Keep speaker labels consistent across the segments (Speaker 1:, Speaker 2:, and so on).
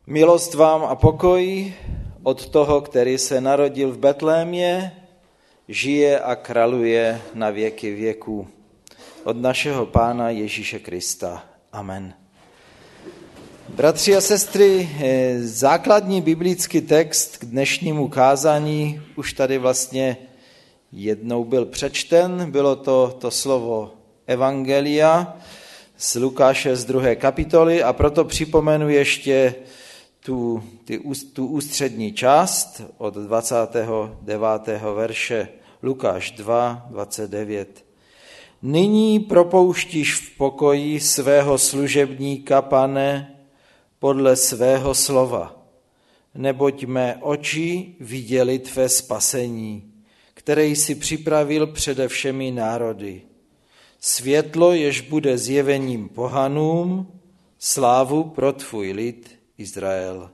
Speaker 1: Milost vám a pokoj od toho, který se narodil v Betlémě, žije a králuje na věky věků. Od našeho Pána Ježíše Krista. Amen. Bratři a sestry, základní biblický text k dnešnímu kázání už tady vlastně jednou byl přečten. Bylo to slovo Evangelia z Lukáše z 2. kapitoly a proto připomenu ještě tu ústřední část od 29. verše Lukáš 2, 29. Nyní propouštíš v pokoji svého služebníka, Pane, podle svého slova, neboť mé oči viděly tvé spasení, které jsi připravil přede všemi národy. Světlo, jež bude zjevením pohanům, slávu pro tvůj lid Izrael.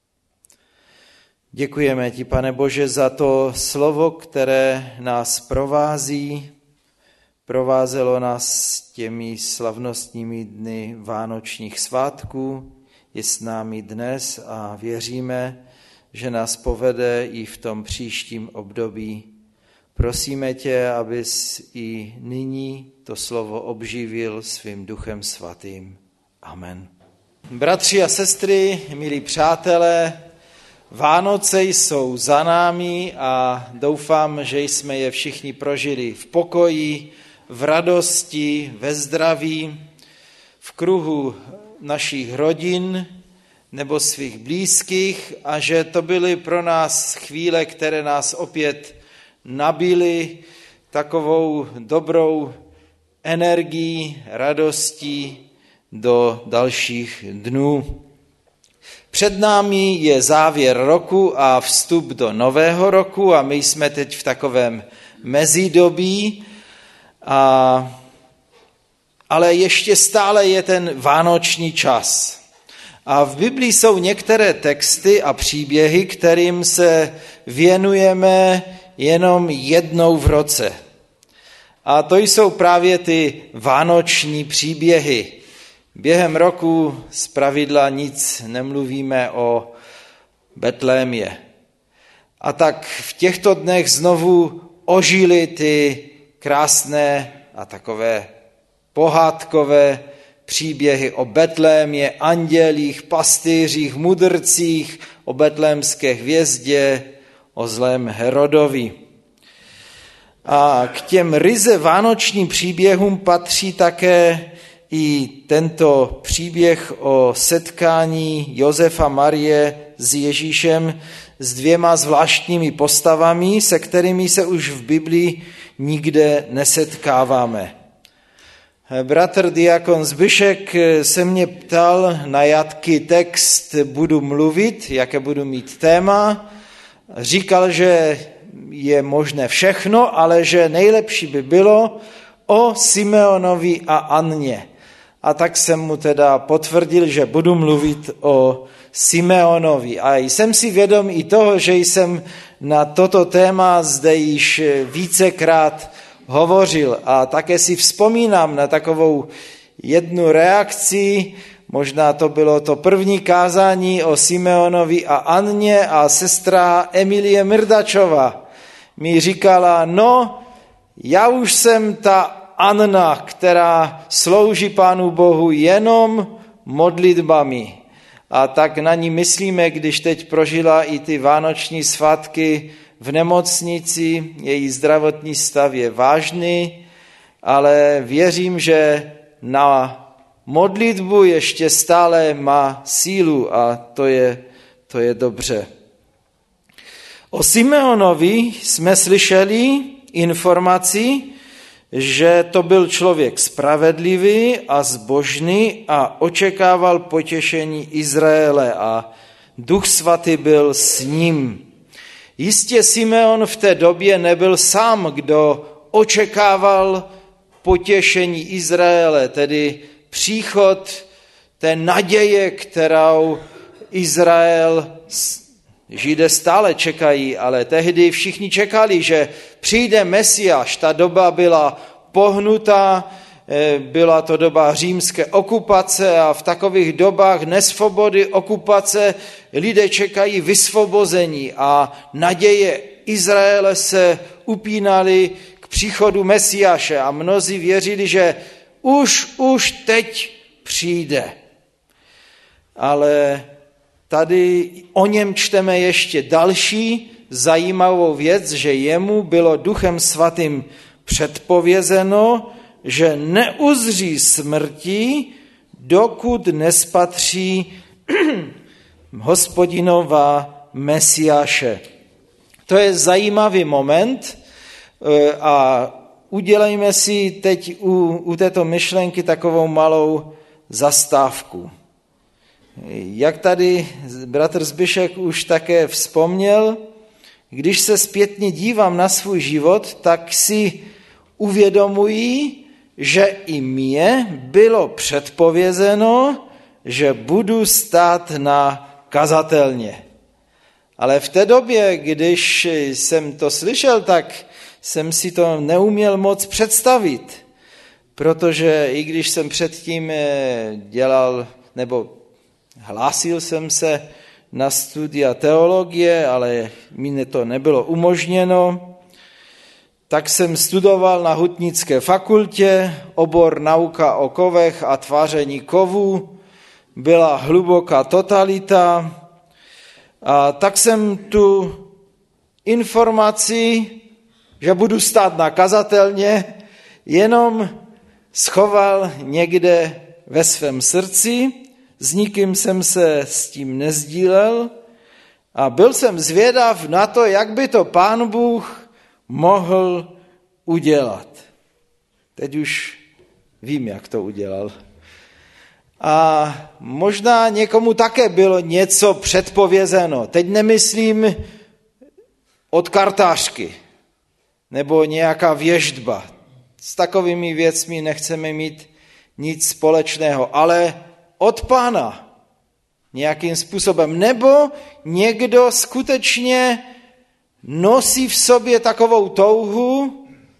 Speaker 1: Děkujeme ti, Pane Bože, za to slovo, které nás provázelo nás těmi slavnostními dny vánočních svátků, je s námi dnes a věříme, že nás povede i v tom příštím období. Prosíme tě, abys i nyní to slovo obživil svým Duchem Svatým. Amen. Bratři a sestry, milí přátelé, Vánoce jsou za námi a doufám, že jsme je všichni prožili v pokoji, v radosti, ve zdraví, v kruhu našich rodin nebo svých blízkých a že to byly pro nás chvíle, které nás opět nabily takovou dobrou energií, radostí do dalších dnů. Před námi je závěr roku a vstup do nového roku a my jsme teď v takovém mezidobí, ale ještě stále je ten vánoční čas. A v Biblii jsou některé texty a příběhy, kterým se věnujeme jenom jednou v roce. A to jsou právě ty vánoční příběhy. Během roku zpravidla nic nemluvíme o Betlémě. A tak v těchto dnech znovu ožily ty krásné a takové pohádkové příběhy o Betlémě, andělích, pastýřích, mudrcích, o betlémské hvězdě, o zlém Herodovi. A k těm ryze vánočním příběhům patří také i tento příběh o setkání Josefa Marie s Ježíšem s dvěma zvláštními postavami, se kterými se už v Biblii nikde nesetkáváme. Bratr diakon Zbyšek se mě ptal, na jaký text budu mluvit, jaké budu mít téma. Říkal, že je možné všechno, ale že nejlepší by bylo o Simeonovi a Anně. A tak jsem mu teda potvrdil, že budu mluvit o Simeonovi. A jsem si vědom i toho, že jsem na toto téma zde již vícekrát hovořil. A také si vzpomínám na takovou jednu reakci, možná to bylo to první kázání o Simeonovi a Anně a sestra Emilie Mrdačová mi říkala, no, já už jsem ta Anna, která slouží Pánu Bohu jenom modlitbami. A tak na ní myslíme, když teď prožila i ty vánoční svátky v nemocnici, její zdravotní stav je vážný, ale věřím, že na modlitbu ještě stále má sílu a to je dobře. O Simeonovi jsme slyšeli informaci, že to byl člověk spravedlivý a zbožný a očekával potěšení Izraele a Duch Svatý byl s ním. Jistě Simeon v té době nebyl sám, kdo očekával potěšení Izraele, tedy příchod té naděje, kterou Izrael, Židé stále čekají, ale tehdy všichni čekali, že přijde Mesiáš. Ta doba byla pohnutá byla to doba římské okupace a v takových dobách nesvobody, okupace lidé čekají vysvobození a naděje Izraele se upínaly k příchodu Mesiáše a mnozí věřili, že už teď přijde. Ale tady o něm čteme ještě další zajímavou věc, že jemu bylo Duchem Svatým předpovězeno, že neuzří smrti, dokud nespatří Hospodinova Mesiáše. To je zajímavý moment a udělejme si teď u této myšlenky takovou malou zastávku. Jak tady bratr Zbyšek už také vzpomněl, když se zpětně dívám na svůj život, tak si uvědomuji, že i mně bylo předpovězeno, že budu stát na kazatelně. Ale v té době, když jsem to slyšel, tak jsem si to neuměl moc představit, protože i když jsem předtím dělal, nebo hlásil jsem se na studia teologie, ale mi to nebylo umožněno, tak jsem studoval na hutnické fakultě, obor nauka o kovech a tváření kovů, byla hluboká totalita a tak jsem tu informaci, že budu stát na kazatelně, jenom schoval někde ve svém srdci, s nikým jsem se s tím nezdílel a byl jsem zvědav na to, jak by to Pán Bůh mohl udělat. Teď už vím, jak to udělal. A možná někomu také bylo něco předpovězeno. Teď nemyslím od kartářky nebo nějaká věštba. S takovými věcmi nechceme mít nic společného, ale od Pána nějakým způsobem. Nebo někdo skutečně nosí v sobě takovou touhu,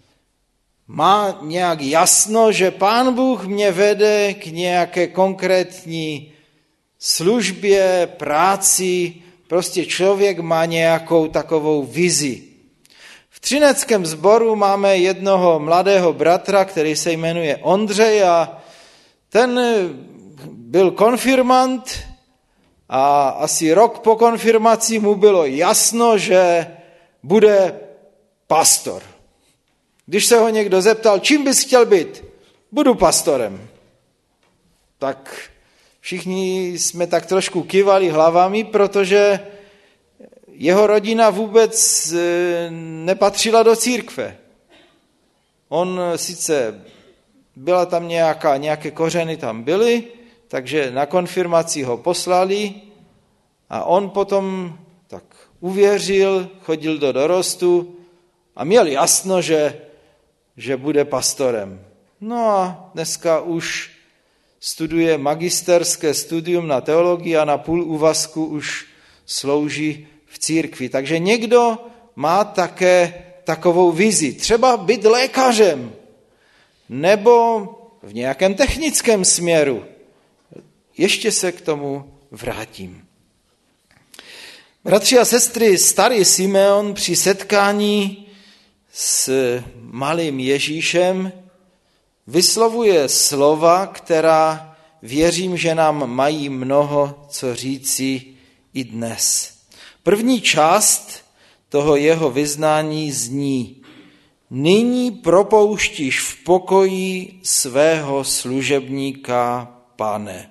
Speaker 1: má nějak jasno, že Pán Bůh mě vede k nějaké konkrétní službě, práci, prostě člověk má nějakou takovou vizi. V třineckém sboru máme jednoho mladého bratra, který se jmenuje Ondřej a ten byl konfirmant a asi rok po konfirmaci mu bylo jasno, že bude pastor. Když se ho někdo zeptal, čím bys chtěl být? Budu pastorem. Tak všichni jsme tak trošku kývali hlavami, protože jeho rodina vůbec nepatřila do církve. On sice byla tam nějaké kořeny tam byly, takže na konfirmaci ho poslali a on potom tak uvěřil, chodil do dorostu a měl jasno, že bude pastorem. No a dneska už studuje magisterské studium na teologii a na půl úvazku už slouží v církvi. Takže někdo má také takovou vizi. Třeba být lékařem nebo v nějakém technickém směru. Ještě se k tomu vrátím. Bratři a sestry, starý Simeon při setkání s malým Ježíšem vyslovuje slova, která věřím, že nám mají mnoho co říci i dnes. První část toho jeho vyznání zní: nyní propouštíš v pokoji svého služebníka, Pane.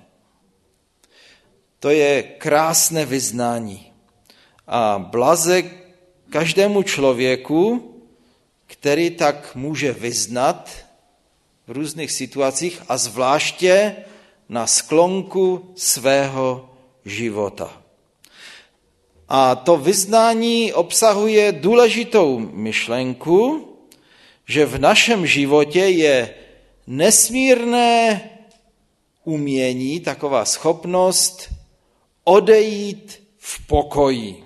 Speaker 1: To je krásné vyznání. A blaze každému člověku, který tak může vyznat v různých situacích a zvláště na sklonku svého života. A to vyznání obsahuje důležitou myšlenku, že v našem životě je nesmírné umění, taková schopnost odejít v pokoji.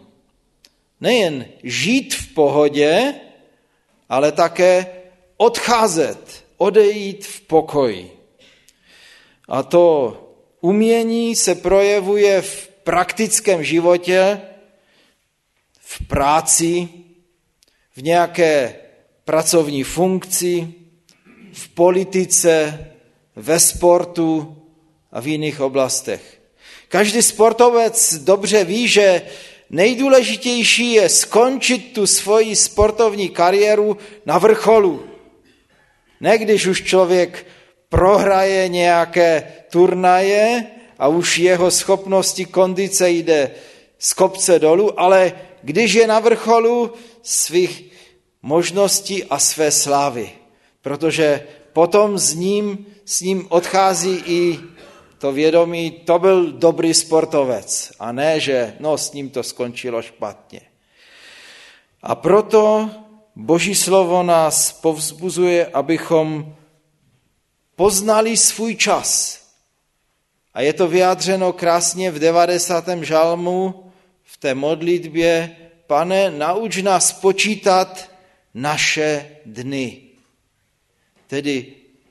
Speaker 1: Nejen žít v pohodě, ale také odcházet odejít v pokoji. A to umění se projevuje v praktickém životě, v práci, v nějaké pracovní funkci, v politice, ve sportu a v jiných oblastech. Každý sportovec dobře ví, že nejdůležitější je skončit tu svoji sportovní kariéru na vrcholu. Ne když už člověk prohraje nějaké turnaje a už jeho schopnosti kondice jde z kopce dolů, ale když je na vrcholu svých možností a své slávy. Protože potom s ním odchází i to vědomí, to byl dobrý sportovec a ne, že s ním to skončilo špatně. A proto Boží slovo nás povzbuzuje, abychom poznali svůj čas. A je to vyjádřeno krásně v 90. žalmu, v té modlitbě: Pane, nauč nás počítat naše dny. Tedy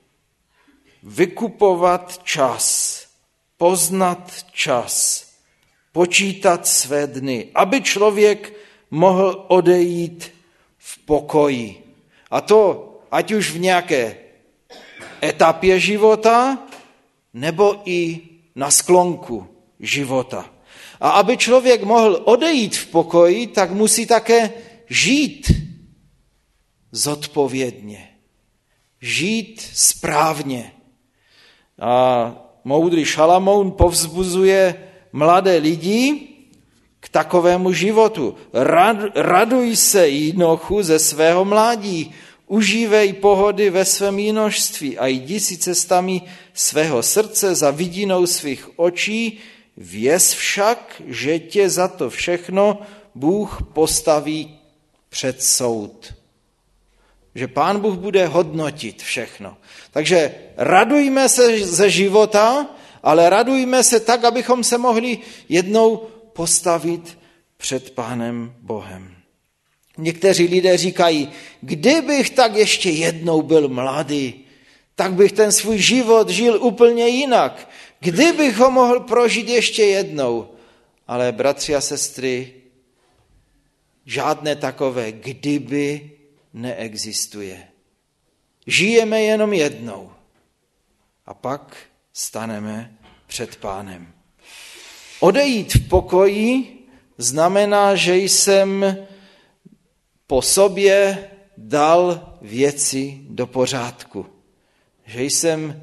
Speaker 1: vykupovat čas, poznat čas, počítat své dny, aby člověk mohl odejít v pokoji. A to ať už v nějaké etapě života, nebo i na sklonku života. A aby člověk mohl odejít v pokoji, tak musí také žít zodpovědně, žít správně. A moudrý Šalamoun povzbuzuje mladé lidi k takovému životu. Raduj se, Jínochu, ze svého mládí, užívej pohody ve svém jínožství a jdi si cestami svého srdce za vidinou svých očí, věz však, že tě za to všechno Bůh postaví před soud. Že Pán Bůh bude hodnotit všechno. Takže radujme se ze života, ale radujme se tak, abychom se mohli jednou postavit před Pánem Bohem. Někteří lidé říkají, kdybych tak ještě jednou byl mladý, tak bych ten svůj život žil úplně jinak. Kdybych ho mohl prožít ještě jednou. Ale bratři a sestry, žádné takové kdyby neexistuje. Žijeme jenom jednou a pak staneme před Pánem. Odejít v pokoji znamená, že jsem po sobě dal věci do pořádku. Že jsem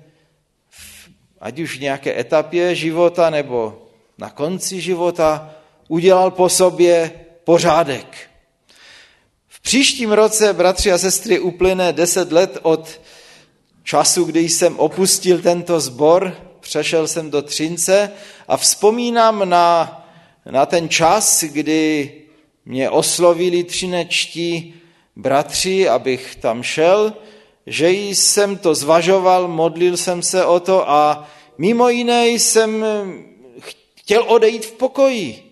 Speaker 1: ať už v nějaké etapě života nebo na konci života udělal po sobě pořádek. V příštím roce, bratři a sestry, uplyne 10 let od času, kdy jsem opustil tento sbor, přešel jsem do Třince a vzpomínám na ten čas, kdy mě oslovili třinečtí bratři, abych tam šel, že jsem to zvažoval, modlil jsem se o to a mimo jiné jsem chtěl odejít v pokoji.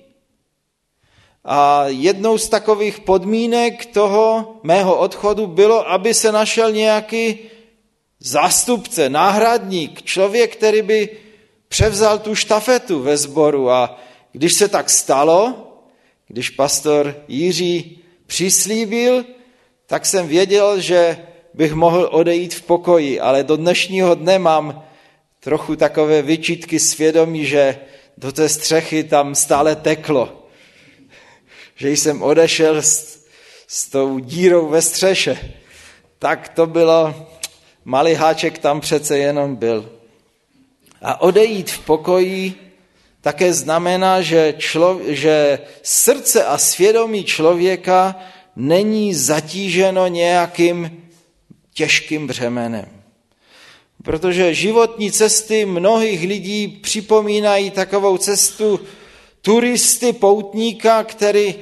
Speaker 1: A jednou z takových podmínek toho mého odchodu bylo, aby se našel nějaký zástupce, náhradník, člověk, který by převzal tu štafetu ve sboru. A když se tak stalo, když pastor Jiří přislíbil, tak jsem věděl, že bych mohl odejít v pokoji, ale do dnešního dne mám trochu takové vyčitky svědomí, že do té střechy tam stále teklo. Že jsem odešel s tou dírou ve střeše. Tak to bylo, malý háček tam přece jenom byl. A odejít v pokoji také znamená, že srdce a svědomí člověka není zatíženo nějakým těžkým břemenem. Protože životní cesty mnohých lidí připomínají takovou cestu turisty, poutníka, který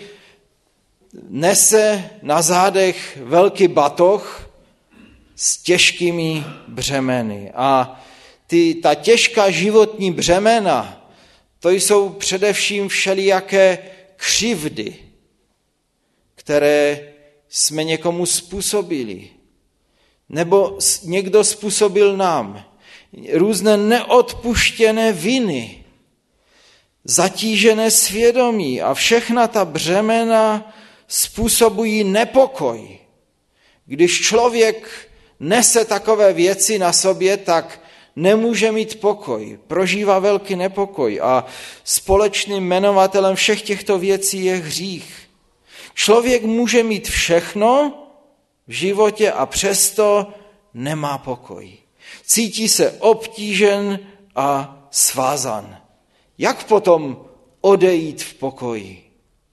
Speaker 1: nese na zádech velký batoh s těžkými břemeny. A ta těžká životní břemena, to jsou především všelijaké křivdy, které jsme někomu způsobili. nebo někdo způsobil nám. Různé neodpuštěné viny, zatížené svědomí a všechna ta břemena způsobují nepokoj. Když člověk nese takové věci na sobě, tak nemůže mít pokoj, prožívá velký nepokoj a společným jmenovatelem všech těchto věcí je hřích. Člověk může mít všechno v životě a přesto nemá pokoj. Cítí se obtížen a svázan. Jak potom odejít v pokoji?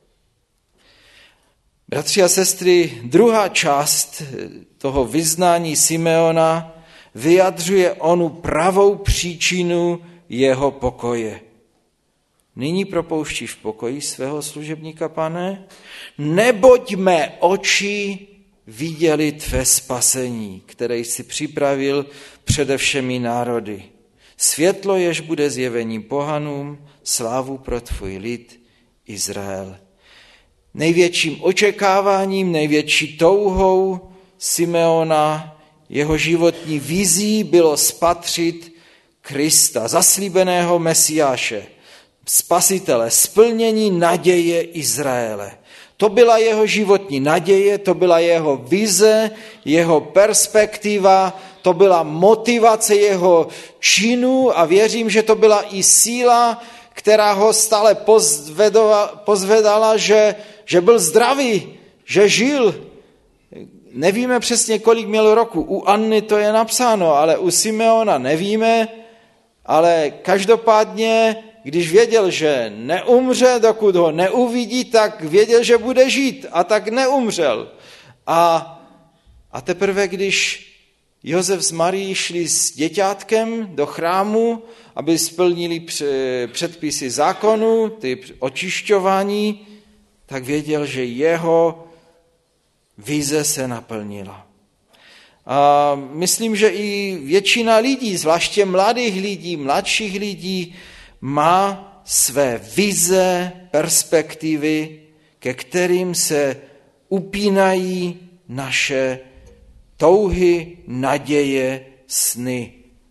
Speaker 1: Bratři a sestry, druhá část toho vyznání Simeona vyjadřuje onu pravou příčinu jeho pokoje. Nyní propouštíš v pokoji svého služebníka, Pane, neboť mé oči viděli tvé spasení, které jsi připravil přede všemi národy. Světlo, jež bude zjevením pohanům, slávu pro tvůj lid Izrael. Největším očekáváním, největší touhou Simeona, jeho životní vizí bylo spatřit Krista, zaslíbeného Mesiáše, spasitele, splnění naděje Izraele. To byla jeho životní naděje, to byla jeho vize, jeho perspektiva, to byla motivace jeho činů a věřím, že to byla i síla, která ho stále pozvedala, že byl zdravý, že žil. Nevíme přesně, kolik měl roku. U Anny to je napsáno, ale u Simeona nevíme, ale každopádně, když věděl, že neumře, dokud ho neuvidí, tak věděl, že bude žít a tak neumřel. A teprve, když Josef s Marií šli s děťátkem do chrámu, aby splnili předpisy zákonu, ty očišťování, tak věděl, že jeho vize se naplnila. A myslím, že i většina lidí, zvláště mladých lidí, mladších lidí, má své vize, perspektivy, ke kterým se upínají naše touhy, naděje, sny.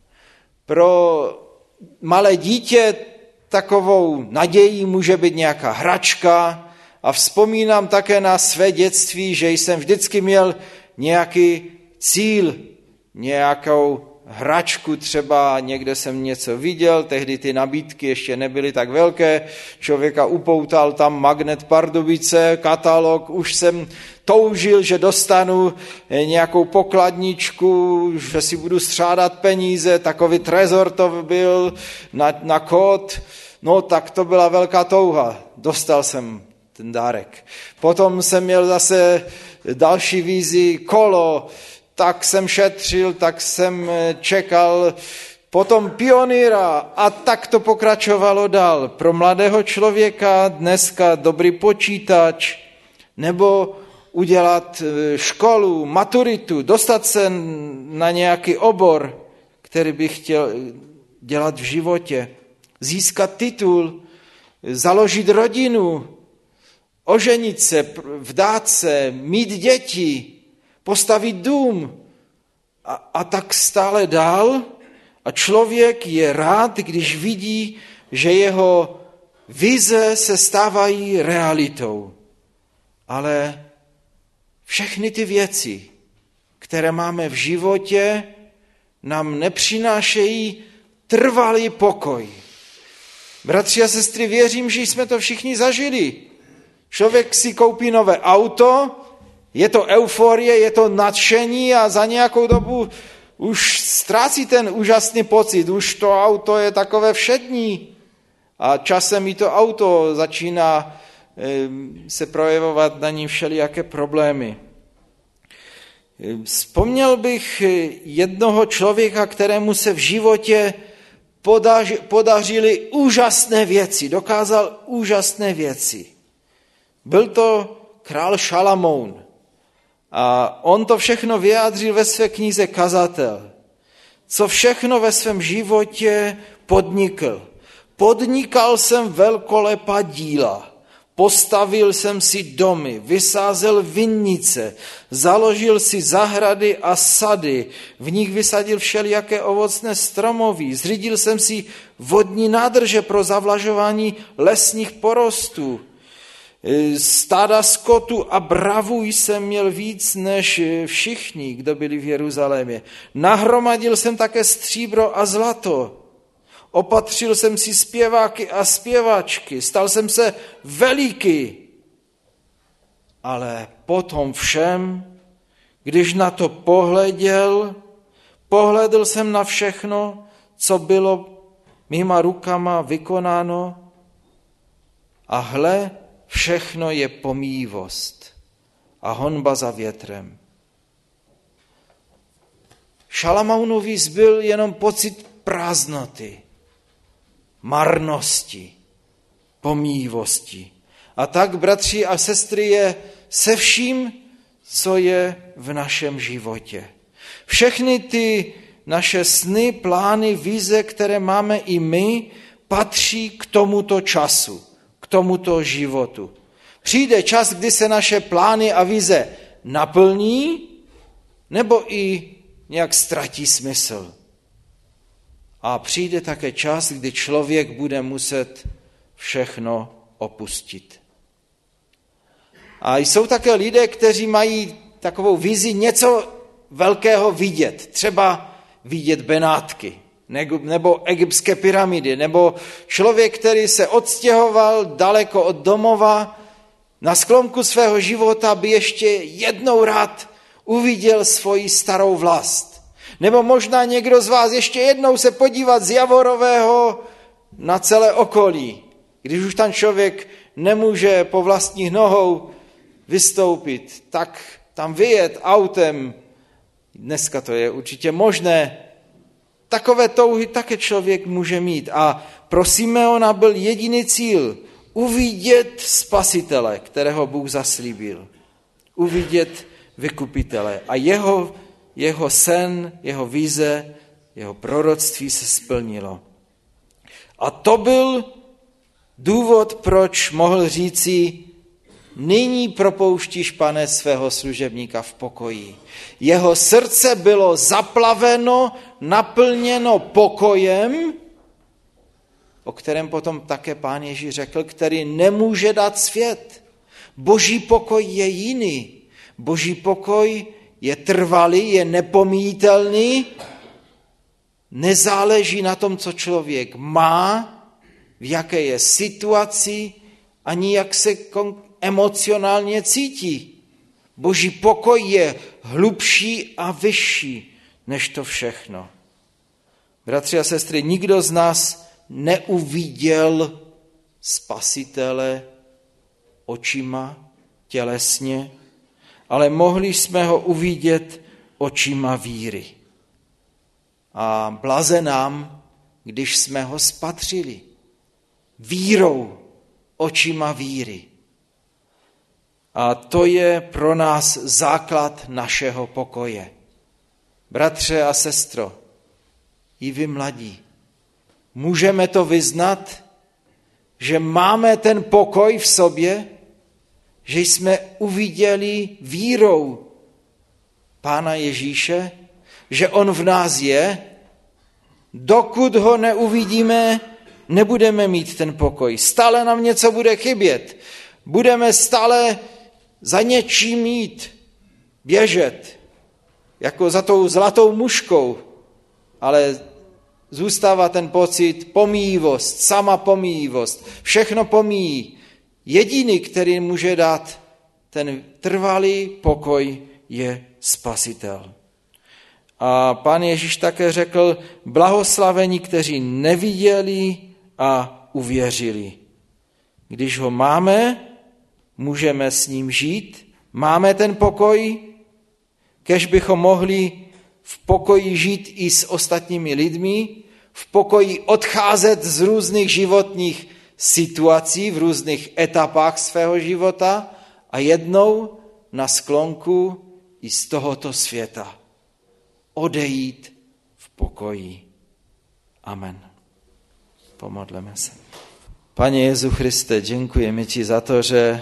Speaker 1: Pro malé dítě takovou nadějí může být nějaká hračka a vzpomínám také na své dětství, že jsem vždycky měl nějaký cíl, nějakou hračku, třeba někde jsem něco viděl, tehdy ty nabídky ještě nebyly tak velké, člověka upoutal tam Magnet Pardubice, katalog, už jsem toužil, že dostanu nějakou pokladničku, že si budu střádat peníze, takový trezor to byl na kód, no tak to byla velká touha, dostal jsem ten dárek. Potom jsem měl zase další vizi, kolo, tak jsem šetřil, tak jsem čekal, potom pionýra a tak to pokračovalo dál. Pro mladého člověka dneska dobrý počítač, nebo udělat školu, maturitu, dostat se na nějaký obor, který bych chtěl dělat v životě, získat titul, založit rodinu, oženit se, vdát se, mít děti, postavit dům a tak stále dál. A člověk je rád, když vidí, že jeho vize se stávají realitou. Ale všechny ty věci, které máme v životě, nám nepřinášejí trvalý pokoj. Bratři a sestry, věřím, že jsme to všichni zažili. Člověk si koupí nové auto, je to euforie, je to nadšení a za nějakou dobu už ztrácí ten úžasný pocit, už to auto je takové všední a časem i to auto začíná se projevovat na ní všelijaké problémy. Vzpomněl bych jednoho člověka, kterému se v životě podařily úžasné věci, dokázal úžasné věci. Byl to král Šalamoun. A on to všechno vyjádřil ve své knize Kazatel. Co všechno ve svém životě podnikl. Podnikal jsem velkolepá díla. Postavil jsem si domy, vysázel vinnice, založil si zahrady a sady, v nich vysadil všelijaké ovocné stromoví, zřídil jsem si vodní nádrže pro zavlažování lesních porostů. Stáda skotu a bravu jsem měl víc než všichni, kdo byli v Jeruzalémě. Nahromadil jsem také stříbro a zlato. Opatřil jsem si zpěváky a zpěvačky, stal jsem se veliký. Ale potom všem, když na to pohlédl jsem na všechno, co bylo mýma rukama vykonáno, a hle, všechno je pomíjivost a honba za větrem. Šalamounovi zbyl jenom pocit prázdnoty, marnosti, pomíjivosti. A tak, bratři a sestry, je se vším, co je v našem životě. Všechny ty naše sny, plány, vize, které máme i my, patří k tomuto času, k tomuto životu. Přijde čas, kdy se naše plány a vize naplní, nebo i nějak ztratí smysl. A přijde také čas, kdy člověk bude muset všechno opustit. A jsou také lidé, kteří mají takovou vizi něco velkého vidět. Třeba vidět Benátky, nebo egyptské pyramidy, nebo člověk, který se odstěhoval daleko od domova, na sklonku svého života by ještě jednou rád uviděl svoji starou vlast. Nebo možná někdo z vás ještě jednou se podívat z Javorového na celé okolí, když už tam člověk nemůže po vlastních nohou vystoupit, tak tam vyjet autem, dneska to je určitě možné, takové touhy také člověk může mít. A pro Simeona byl jediný cíl, uvidět Spasitele, kterého Bůh zaslíbil. Uvidět vykupitele. A jeho sen, jeho vize, jeho proroctví se splnilo. A to byl důvod, proč mohl říci, nyní propouštíš, Pane, svého služebníka v pokoji. Jeho srdce bylo zaplaveno, naplněno pokojem, o kterém potom také Pán Ježíš řekl, který nemůže dát svět. Boží pokoj je jiný. Boží pokoj je trvalý, je nepomíjitelný, nezáleží na tom, co člověk má, v jaké je situaci, ani jak se emocionálně cítí. Boží pokoj je hlubší a vyšší než to všechno. Bratři a sestry, nikdo z nás neuviděl Spasitele očima, tělesně, ale mohli jsme ho uvidět očima víry. A blaze nám, když jsme ho spatřili. Vírou, očima víry. A to je pro nás základ našeho pokoje. Bratře a sestro, i vy mladí, můžeme to vyznat, že máme ten pokoj v sobě, že jsme uviděli vírou Pána Ježíše, že on v nás je. Dokud ho neuvidíme, nebudeme mít ten pokoj. Stále nám něco bude chybět. Budeme stále za něčím jít, běžet, jako za tou zlatou muškou, ale zůstává ten pocit pomíjivost, sama pomíjivost, všechno pomíjí. Jediný, který může dát ten trvalý pokoj, je Spasitel. A Pán Ježíš také řekl, blahoslavení, kteří neviděli a uvěřili. Když ho máme, můžeme s ním žít, máme ten pokoj, kež bychom mohli v pokoji žít i s ostatními lidmi, v pokoji odcházet z různých životních situací, v různých etapách svého života a jednou na sklonku i z tohoto světa odejít v pokoji. Amen. Pomodleme se. Panie Jezu Chryste, dziękujemy Ci za to, że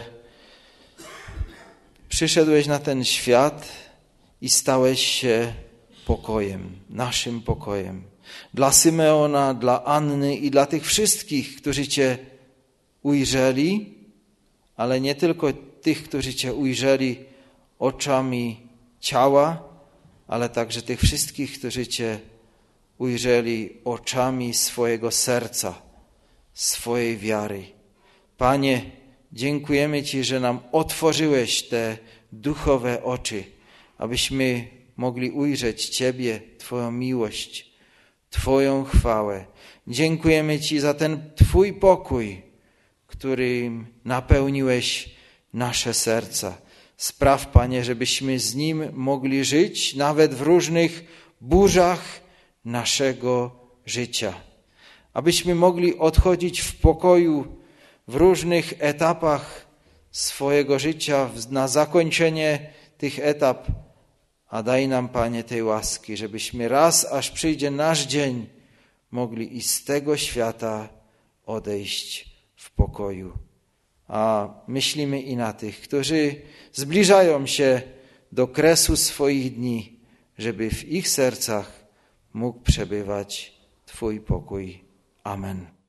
Speaker 1: przyszedłeś na ten świat i stałeś się pokojem, naszym pokojem. Dla Symeona, dla Anny i dla tych wszystkich, którzy Cię ujrzeli, ale nie tylko tych, którzy Cię ujrzeli oczami ciała, ale także tych wszystkich, którzy Cię ujrzeli oczami swojego serca, swojej wiary. Panie, dziękujemy Ci, że nam otworzyłeś te duchowe oczy, abyśmy mogli ujrzeć Ciebie, Twoją miłość, Twoją chwałę. Dziękujemy Ci za ten Twój pokój, którym napełniłeś nasze serca. Spraw, Panie, żebyśmy z Nim mogli żyć nawet w różnych burzach naszego życia. Abyśmy mogli odchodzić w pokoju w różnych etapach swojego życia, na zakończenie tych etap. A daj nam, Panie, tej łaski, żebyśmy raz, aż przyjdzie nasz dzień, mogli i z tego świata odejść w pokoju. A myślimy i na tych, którzy zbliżają się do kresu swoich dni, żeby w ich sercach mógł przebywać Twój pokój. Amen.